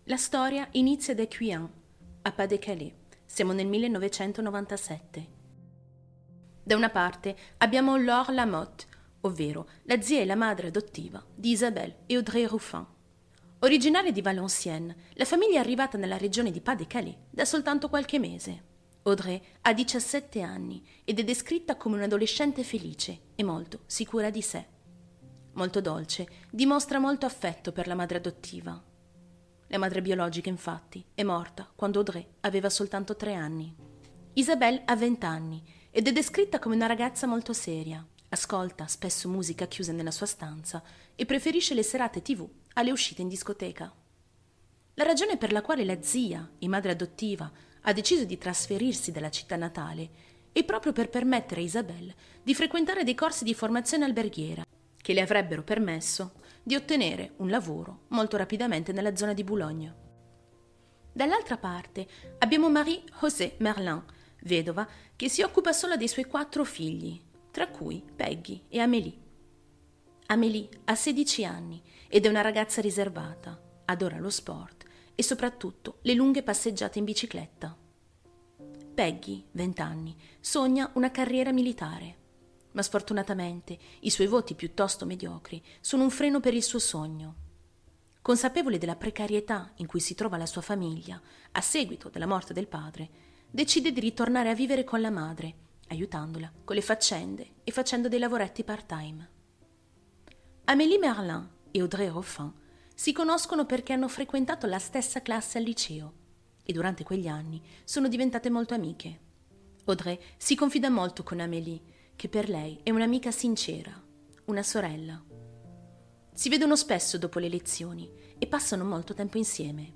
La storia inizia ad Écuyen, a Pas-de-Calais. Siamo nel 1997. Da una parte abbiamo Laure Lamotte, ovvero la zia e la madre adottiva di Isabelle e Audrey Ruffin. Originaria di Valenciennes, la famiglia è arrivata nella regione di Pas-de-Calais da soltanto qualche mese. Audrey ha 17 anni ed è descritta come un'adolescente felice e molto sicura di sé. Molto dolce, dimostra molto affetto per la madre adottiva. La madre biologica, infatti, è morta quando Audrey aveva soltanto 3 anni. Isabelle ha 20 anni ed è descritta come una ragazza molto seria. Ascolta spesso musica chiusa nella sua stanza e preferisce le serate TV alle uscite in discoteca. La ragione per la quale la zia e madre adottiva ha deciso di trasferirsi dalla città natale è proprio per permettere a Isabelle di frequentare dei corsi di formazione alberghiera che le avrebbero permesso di ottenere un lavoro molto rapidamente nella zona di Boulogne. Dall'altra parte abbiamo Marie-José Merlin, vedova, che si occupa solo dei suoi 4 figli, tra cui Peggy e Amélie. Amélie ha 16 anni ed è una ragazza riservata, adora lo sport e soprattutto le lunghe passeggiate in bicicletta. Peggy, 20 anni, sogna una carriera militare, ma sfortunatamente i suoi voti piuttosto mediocri sono un freno per il suo sogno. Consapevole della precarietà in cui si trova la sua famiglia a seguito della morte del padre, decide di ritornare a vivere con la madre, aiutandola con le faccende e facendo dei lavoretti part-time. Amélie Merlin e Audrey Ruffin si conoscono perché hanno frequentato la stessa classe al liceo e durante quegli anni sono diventate molto amiche. Audrey si confida molto con Amélie, che per lei è un'amica sincera, una sorella. Si vedono spesso dopo le lezioni e passano molto tempo insieme.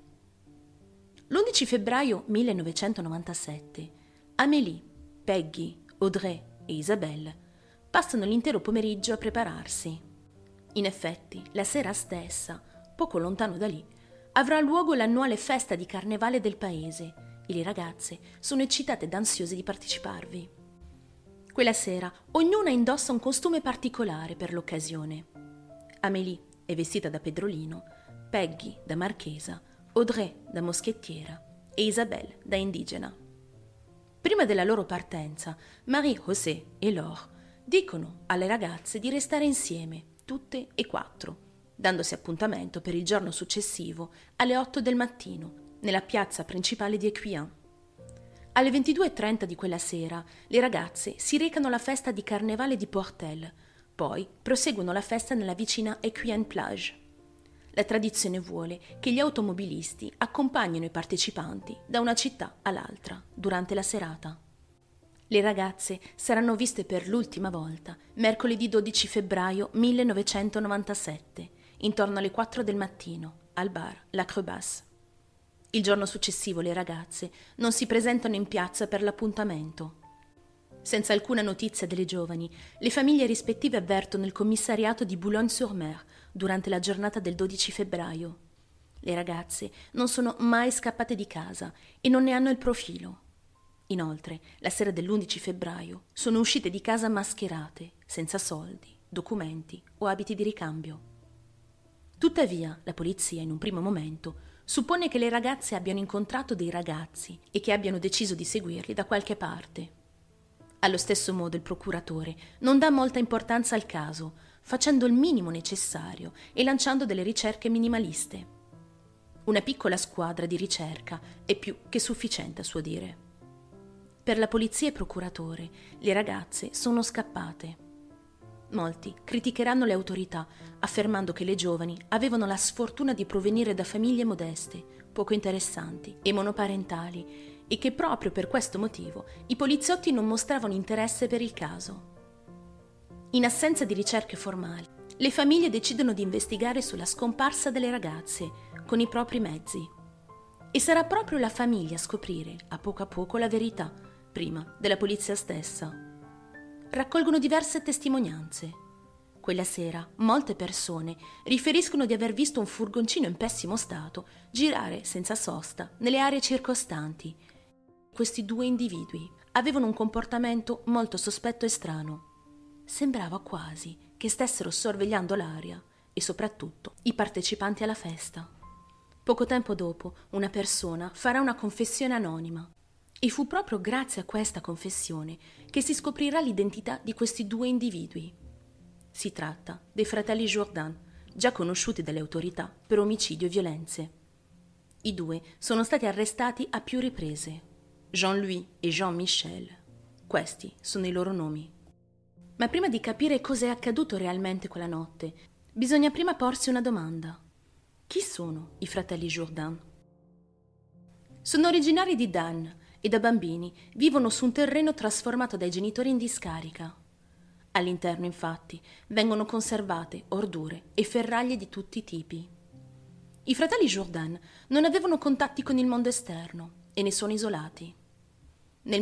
L'11 febbraio 1997, Amélie, Peggy, Audrey e Isabelle passano l'intero pomeriggio a prepararsi. In effetti, la sera stessa, poco lontano da lì, avrà luogo l'annuale festa di carnevale del paese e le ragazze sono eccitate ed ansiose di parteciparvi. Quella sera ognuna indossa un costume particolare per l'occasione. Amélie è vestita da pedrolino, Peggy da marchesa, Audrey da moschettiera e Isabelle da indigena. Prima della loro partenza, Marie-José e Laure dicono alle ragazze di restare insieme, tutte e 4, dandosi appuntamento per il giorno successivo alle 8 del mattino, nella piazza principale di Écuyen. Alle 22:30 di quella sera le ragazze si recano alla festa di carnevale di Portel, poi proseguono la festa nella vicina Écuyen Plage. La tradizione vuole che gli automobilisti accompagnino i partecipanti da una città all'altra durante la serata. Le ragazze saranno viste per l'ultima volta mercoledì 12 febbraio 1997, intorno alle 4 del mattino, al bar La Crebasse. Il giorno successivo le ragazze non si presentano in piazza per l'appuntamento. Senza alcuna notizia delle giovani, le famiglie rispettive avvertono il commissariato di Boulogne-sur-Mer durante la giornata del 12 febbraio. Le ragazze non sono mai scappate di casa e non ne hanno il profilo. Inoltre, la sera dell'11 febbraio sono uscite di casa mascherate, senza soldi, documenti o abiti di ricambio. Tuttavia, la polizia, in un primo momento, suppone che le ragazze abbiano incontrato dei ragazzi e che abbiano deciso di seguirli da qualche parte. Allo stesso modo il procuratore non dà molta importanza al caso, facendo il minimo necessario e lanciando delle ricerche minimaliste. Una piccola squadra di ricerca è più che sufficiente a suo dire. Per la polizia e procuratore, le ragazze sono scappate. Molti criticheranno le autorità, affermando che le giovani avevano la sfortuna di provenire da famiglie modeste, poco interessanti e monoparentali, e che proprio per questo motivo i poliziotti non mostravano interesse per il caso. In assenza di ricerche formali, le famiglie decidono di investigare sulla scomparsa delle ragazze con i propri mezzi. E sarà proprio la famiglia a scoprire, a poco la verità, prima della polizia stessa. Raccolgono diverse testimonianze. Quella sera molte persone riferiscono di aver visto un furgoncino in pessimo stato girare senza sosta nelle aree circostanti. Questi 2 individui avevano un comportamento molto sospetto e strano. Sembrava quasi che stessero sorvegliando l'aria e soprattutto i partecipanti alla festa. Poco tempo dopo, una persona farà una confessione anonima. E fu proprio grazie a questa confessione che si scoprirà l'identità di questi due individui. Si tratta dei fratelli Jourdain, già conosciuti dalle autorità per omicidio e violenze. I due sono stati arrestati a più riprese, Jean-Louis e Jean-Michel. Questi sono i loro nomi. Ma prima di capire cosa è accaduto realmente quella notte, bisogna prima porsi una domanda. Chi sono i fratelli Jourdain? Sono originari di Dan e da bambini vivono su un terreno trasformato dai genitori in discarica. All'interno, infatti, vengono conservate ordure e ferraglie di tutti i tipi. I fratelli Jourdain non avevano contatti con il mondo esterno e ne sono isolati. Nel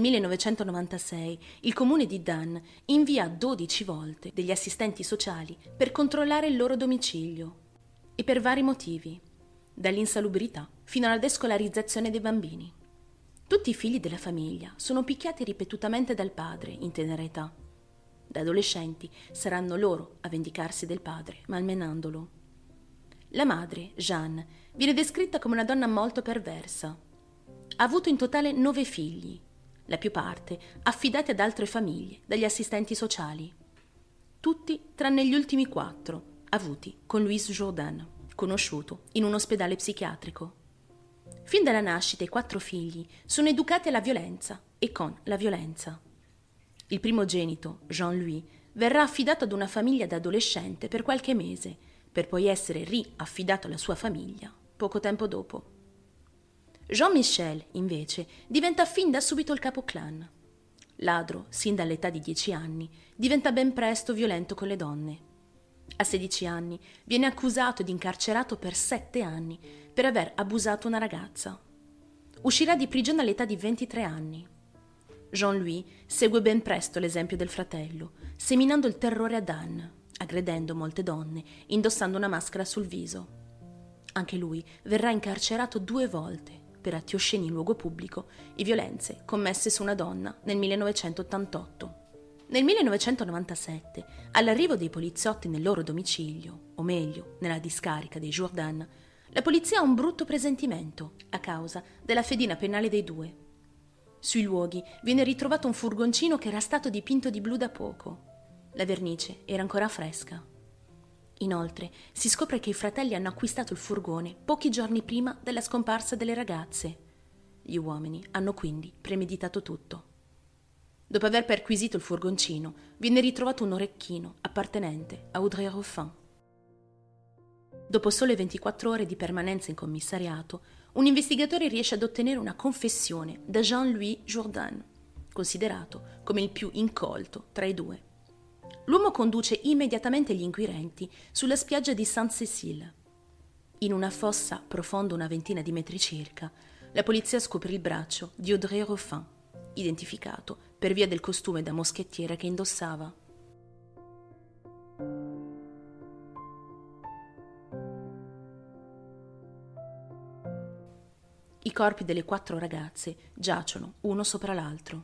1996 il comune di Dan invia 12 volte degli assistenti sociali per controllare il loro domicilio. E per vari motivi, dall'insalubrità fino alla descolarizzazione dei bambini. Tutti i figli della famiglia sono picchiati ripetutamente dal padre in tenera età. Da adolescenti saranno loro a vendicarsi del padre, malmenandolo. La madre, Jeanne, viene descritta come una donna molto perversa. Ha avuto in totale 9 figli, la più parte affidati ad altre famiglie dagli assistenti sociali. Tutti tranne gli ultimi 4, avuti con Louis Jourdain, conosciuto in un ospedale psichiatrico. Fin dalla nascita i 4 figli sono educati alla violenza e con la violenza. Il primogenito, Jean-Louis, verrà affidato ad una famiglia da adolescente per qualche mese, per poi essere riaffidato alla sua famiglia poco tempo dopo. Jean-Michel, invece, diventa fin da subito il capoclan. Ladro, sin dall'età di 10 anni, diventa ben presto violento con le donne. A 16 anni viene accusato ed incarcerato per 7 anni per aver abusato una ragazza. Uscirà di prigione all'età di 23 anni. Jean-Louis segue ben presto l'esempio del fratello, seminando il terrore a Dan, aggredendo molte donne, indossando una maschera sul viso. Anche lui verrà incarcerato 2 volte per atti osceni in luogo pubblico e violenze commesse su una donna nel 1988. Nel 1997, all'arrivo dei poliziotti nel loro domicilio, o meglio, nella discarica dei Jourdain, la polizia ha un brutto presentimento a causa della fedina penale dei due. Sui luoghi viene ritrovato un furgoncino che era stato dipinto di blu da poco. La vernice era ancora fresca. Inoltre, si scopre che i fratelli hanno acquistato il furgone pochi giorni prima della scomparsa delle ragazze. Gli uomini hanno quindi premeditato tutto. Dopo aver perquisito il furgoncino, viene ritrovato un orecchino appartenente a Audrey Ruffin. Dopo sole 24 ore di permanenza in commissariato, un investigatore riesce ad ottenere una confessione da Jean-Louis Jourdain, considerato come il più incolto tra i due. L'uomo conduce immediatamente gli inquirenti sulla spiaggia di Sainte-Cécile. In una fossa profonda una ventina di metri circa, la polizia scopre il braccio di Audrey Ruffin, identificato per via del costume da moschettiera che indossava. I corpi delle 4 ragazze giacciono uno sopra l'altro.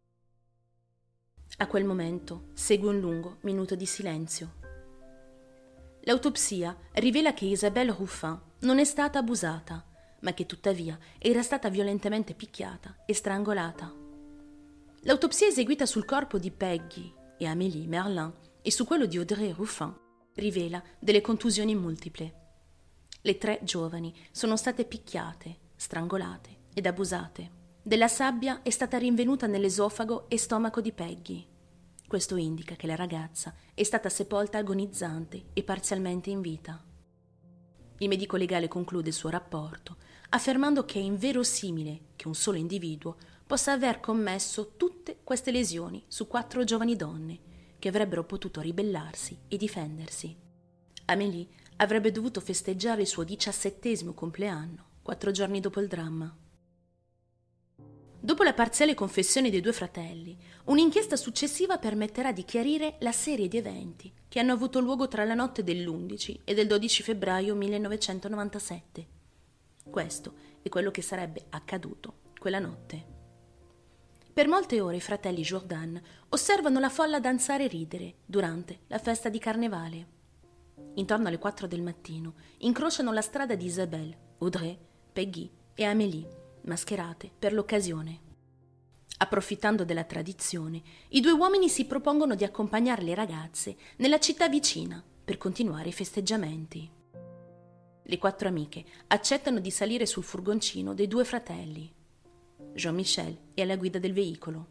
A quel momento segue un lungo minuto di silenzio. L'autopsia rivela che Isabelle Ruffin non è stata abusata, ma che tuttavia era stata violentemente picchiata e strangolata. L'autopsia eseguita sul corpo di Peggy e Amélie Merlin e su quello di Audrey Ruffin rivela delle contusioni multiple. Le 3 giovani sono state picchiate, strangolate ed abusate. Della sabbia è stata rinvenuta nell'esofago e stomaco di Peggy. Questo indica che la ragazza è stata sepolta agonizzante e parzialmente in vita. Il medico legale conclude il suo rapporto affermando che è inverosimile che un solo individuo possa aver commesso tutte queste lesioni su 4 giovani donne che avrebbero potuto ribellarsi e difendersi. Amélie avrebbe dovuto festeggiare il suo 17° compleanno 4 giorni dopo il dramma. Dopo la parziale confessione dei 2 fratelli, un'inchiesta successiva permetterà di chiarire la serie di eventi che hanno avuto luogo tra la notte dell'11 e del 12 febbraio 1997. Questo è quello che sarebbe accaduto quella notte. Per molte ore i fratelli Jourdain osservano la folla danzare e ridere durante la festa di carnevale. Intorno alle 4 del mattino incrociano la strada di Isabelle, Audrey, Peggy e Amélie, mascherate per l'occasione. Approfittando della tradizione, i due uomini si propongono di accompagnare le ragazze nella città vicina per continuare i festeggiamenti. Le 4 amiche accettano di salire sul furgoncino dei 2 fratelli. Jean-Michel è alla guida del veicolo.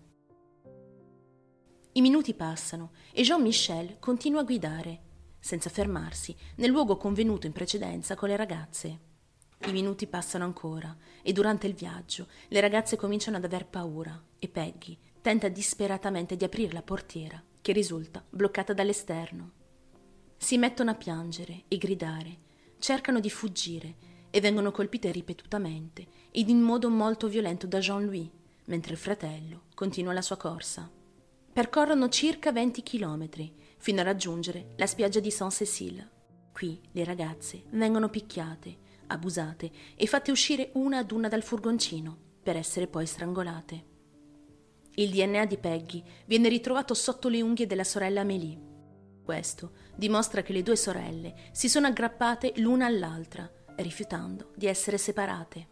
I minuti passano e Jean-Michel continua a guidare, senza fermarsi, nel luogo convenuto in precedenza con le ragazze. I minuti passano ancora e durante il viaggio le ragazze cominciano ad aver paura e Peggy tenta disperatamente di aprire la portiera, che risulta bloccata dall'esterno. Si mettono a piangere e gridare, cercano di fuggire e vengono colpite ripetutamente ed in modo molto violento da Jean-Louis, mentre il fratello continua la sua corsa. Percorrono circa 20 chilometri fino a raggiungere la spiaggia di Saint-Cécile. Qui le ragazze vengono picchiate, abusate e fatte uscire una ad una dal furgoncino per essere poi strangolate. Il DNA di Peggy viene ritrovato sotto le unghie della sorella Amélie. Questo dimostra che le 2 sorelle si sono aggrappate l'una all'altra, rifiutando di essere separate.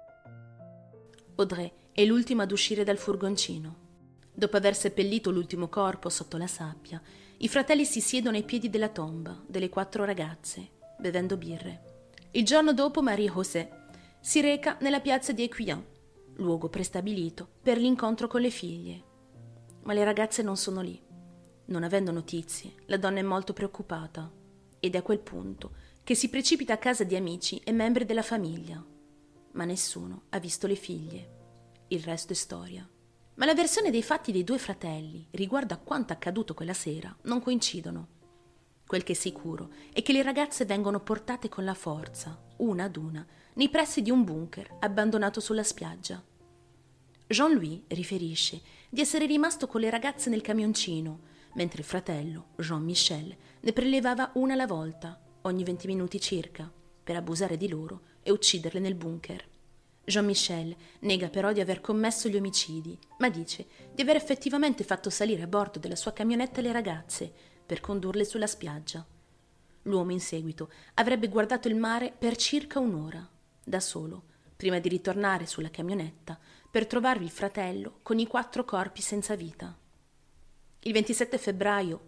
Audrey è l'ultima ad uscire dal furgoncino. Dopo aver seppellito l'ultimo corpo sotto la sabbia, i fratelli si siedono ai piedi della tomba delle 4 ragazze, bevendo birre. Il giorno dopo Marie-José si reca nella piazza di Écueillens, luogo prestabilito per l'incontro con le figlie. Ma le ragazze non sono lì. Non avendo notizie, la donna è molto preoccupata ed è a quel punto che si precipita a casa di amici e membri della famiglia. Ma nessuno ha visto le figlie. Il resto è storia. Ma la versione dei fatti dei 2 fratelli riguardo a quanto accaduto quella sera non coincidono. Quel che è sicuro è che le ragazze vengono portate con la forza, una ad una, nei pressi di un bunker abbandonato sulla spiaggia. Jean-Louis riferisce di essere rimasto con le ragazze nel camioncino, mentre il fratello, Jean-Michel, ne prelevava una alla volta, ogni 20 minuti circa, per abusare di loro e ucciderle nel bunker. Jean-Michel nega però di aver commesso gli omicidi, ma dice di aver effettivamente fatto salire a bordo della sua camionetta le ragazze per condurle sulla spiaggia. L'uomo in seguito avrebbe guardato il mare per circa 1 ora, da solo, prima di ritornare sulla camionetta per trovarvi il fratello con i 4 corpi senza vita. Il 27 febbraio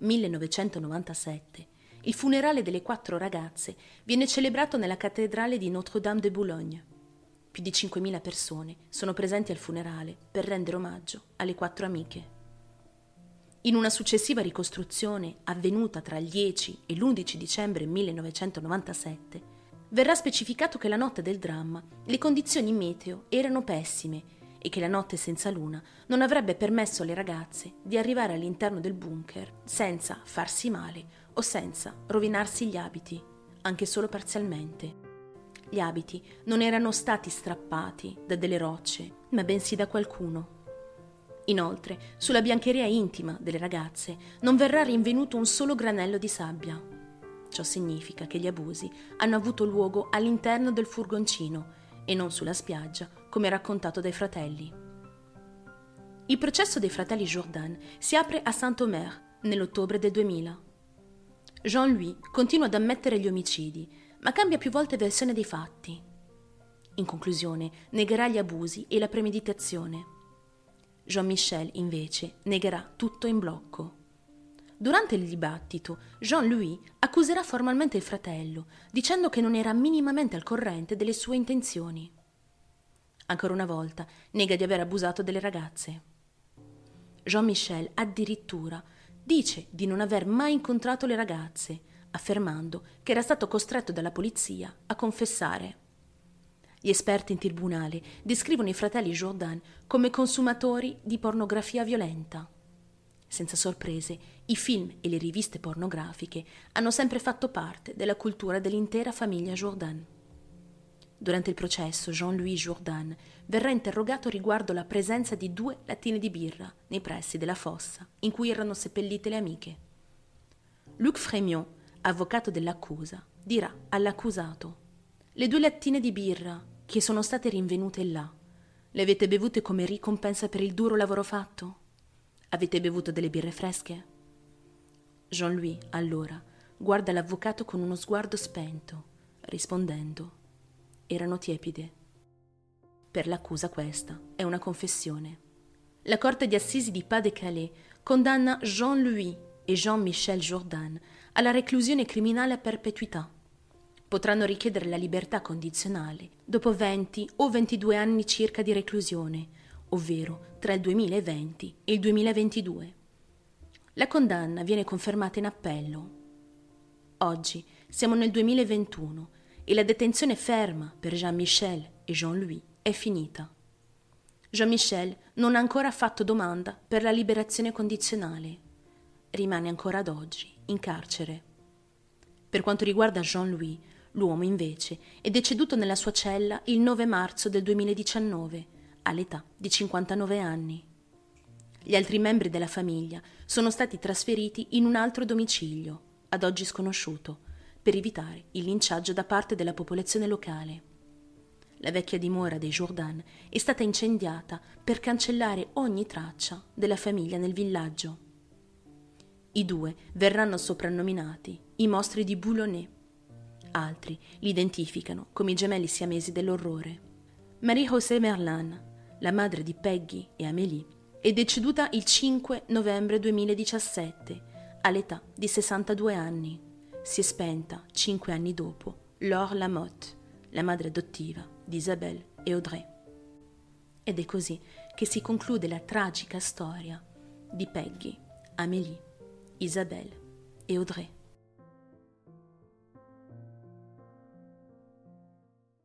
1997 il funerale delle 4 ragazze viene celebrato nella cattedrale di Notre-Dame de Boulogne. Più di 5.000 persone sono presenti al funerale per rendere omaggio alle 4 amiche. In una successiva ricostruzione avvenuta tra il 10 e l'11 dicembre 1997, verrà specificato che la notte del dramma le condizioni meteo erano pessime e che la notte senza luna non avrebbe permesso alle ragazze di arrivare all'interno del bunker senza farsi male o senza rovinarsi gli abiti, anche solo parzialmente. Gli abiti non erano stati strappati da delle rocce, ma bensì da qualcuno. Inoltre, sulla biancheria intima delle ragazze non verrà rinvenuto un solo granello di sabbia. Ciò significa che gli abusi hanno avuto luogo all'interno del furgoncino e non sulla spiaggia, come raccontato dai fratelli. Il processo dei fratelli Jourdan si apre a Saint-Omer nell'ottobre del 2000. Jean-Louis continua ad ammettere gli omicidi, ma cambia più volte versione dei fatti. In conclusione, negherà gli abusi e la premeditazione. Jean-Michel, invece, negherà tutto in blocco. Durante il dibattito, Jean-Louis accuserà formalmente il fratello, dicendo che non era minimamente al corrente delle sue intenzioni. Ancora una volta, nega di aver abusato delle ragazze. Jean-Michel addirittura dice di non aver mai incontrato le ragazze, affermando che era stato costretto dalla polizia a confessare. Gli esperti in tribunale descrivono i fratelli Jourdan come consumatori di pornografia violenta. Senza sorprese, i film e le riviste pornografiche hanno sempre fatto parte della cultura dell'intera famiglia Jourdan. Durante il processo, Jean-Louis Jourdan verrà interrogato riguardo la presenza di 2 lattine di birra nei pressi della fossa in cui erano seppellite le amiche. Luc Frémion, avvocato dell'accusa, dirà all'accusato: «Le 2 lattine di birra che sono state rinvenute là, le avete bevute come ricompensa per il duro lavoro fatto? Avete bevuto delle birre fresche?» Jean-Louis, allora, guarda l'avvocato con uno sguardo spento, rispondendo: erano tiepide. Per l'accusa questa è una confessione. La Corte di Assisi di Pas-de-Calais condanna Jean-Louis e Jean-Michel Jourdan alla reclusione criminale a perpetuità. Potranno richiedere la libertà condizionale dopo 20 o 22 anni circa di reclusione, ovvero tra il 2020 e il 2022. La condanna viene confermata in appello. Oggi siamo nel 2021 e la detenzione ferma per Jean-Michel e Jean-Louis è finita. Jean-Michel non ha ancora fatto domanda per la liberazione condizionale. Rimane ancora ad oggi in carcere. Per quanto riguarda Jean-Louis, l'uomo invece è deceduto nella sua cella il 9 marzo del 2019, all'età di 59 anni. Gli altri membri della famiglia sono stati trasferiti in un altro domicilio, ad oggi sconosciuto, per evitare il linciaggio da parte della popolazione locale. La vecchia dimora dei Jourdan è stata incendiata per cancellare ogni traccia della famiglia nel villaggio. I due verranno soprannominati i mostri di Boulonnais. Altri li identificano come i gemelli siamesi dell'orrore. Marie-José Merlan, la madre di Peggy e Amélie, è deceduta il 5 novembre 2017, all'età di 62 anni. Si è spenta 5 anni dopo Laure Lamotte, la madre adottiva di Isabelle e Audrey. Ed è così che si conclude la tragica storia di Peggy, Amélie, Isabelle e Audrey.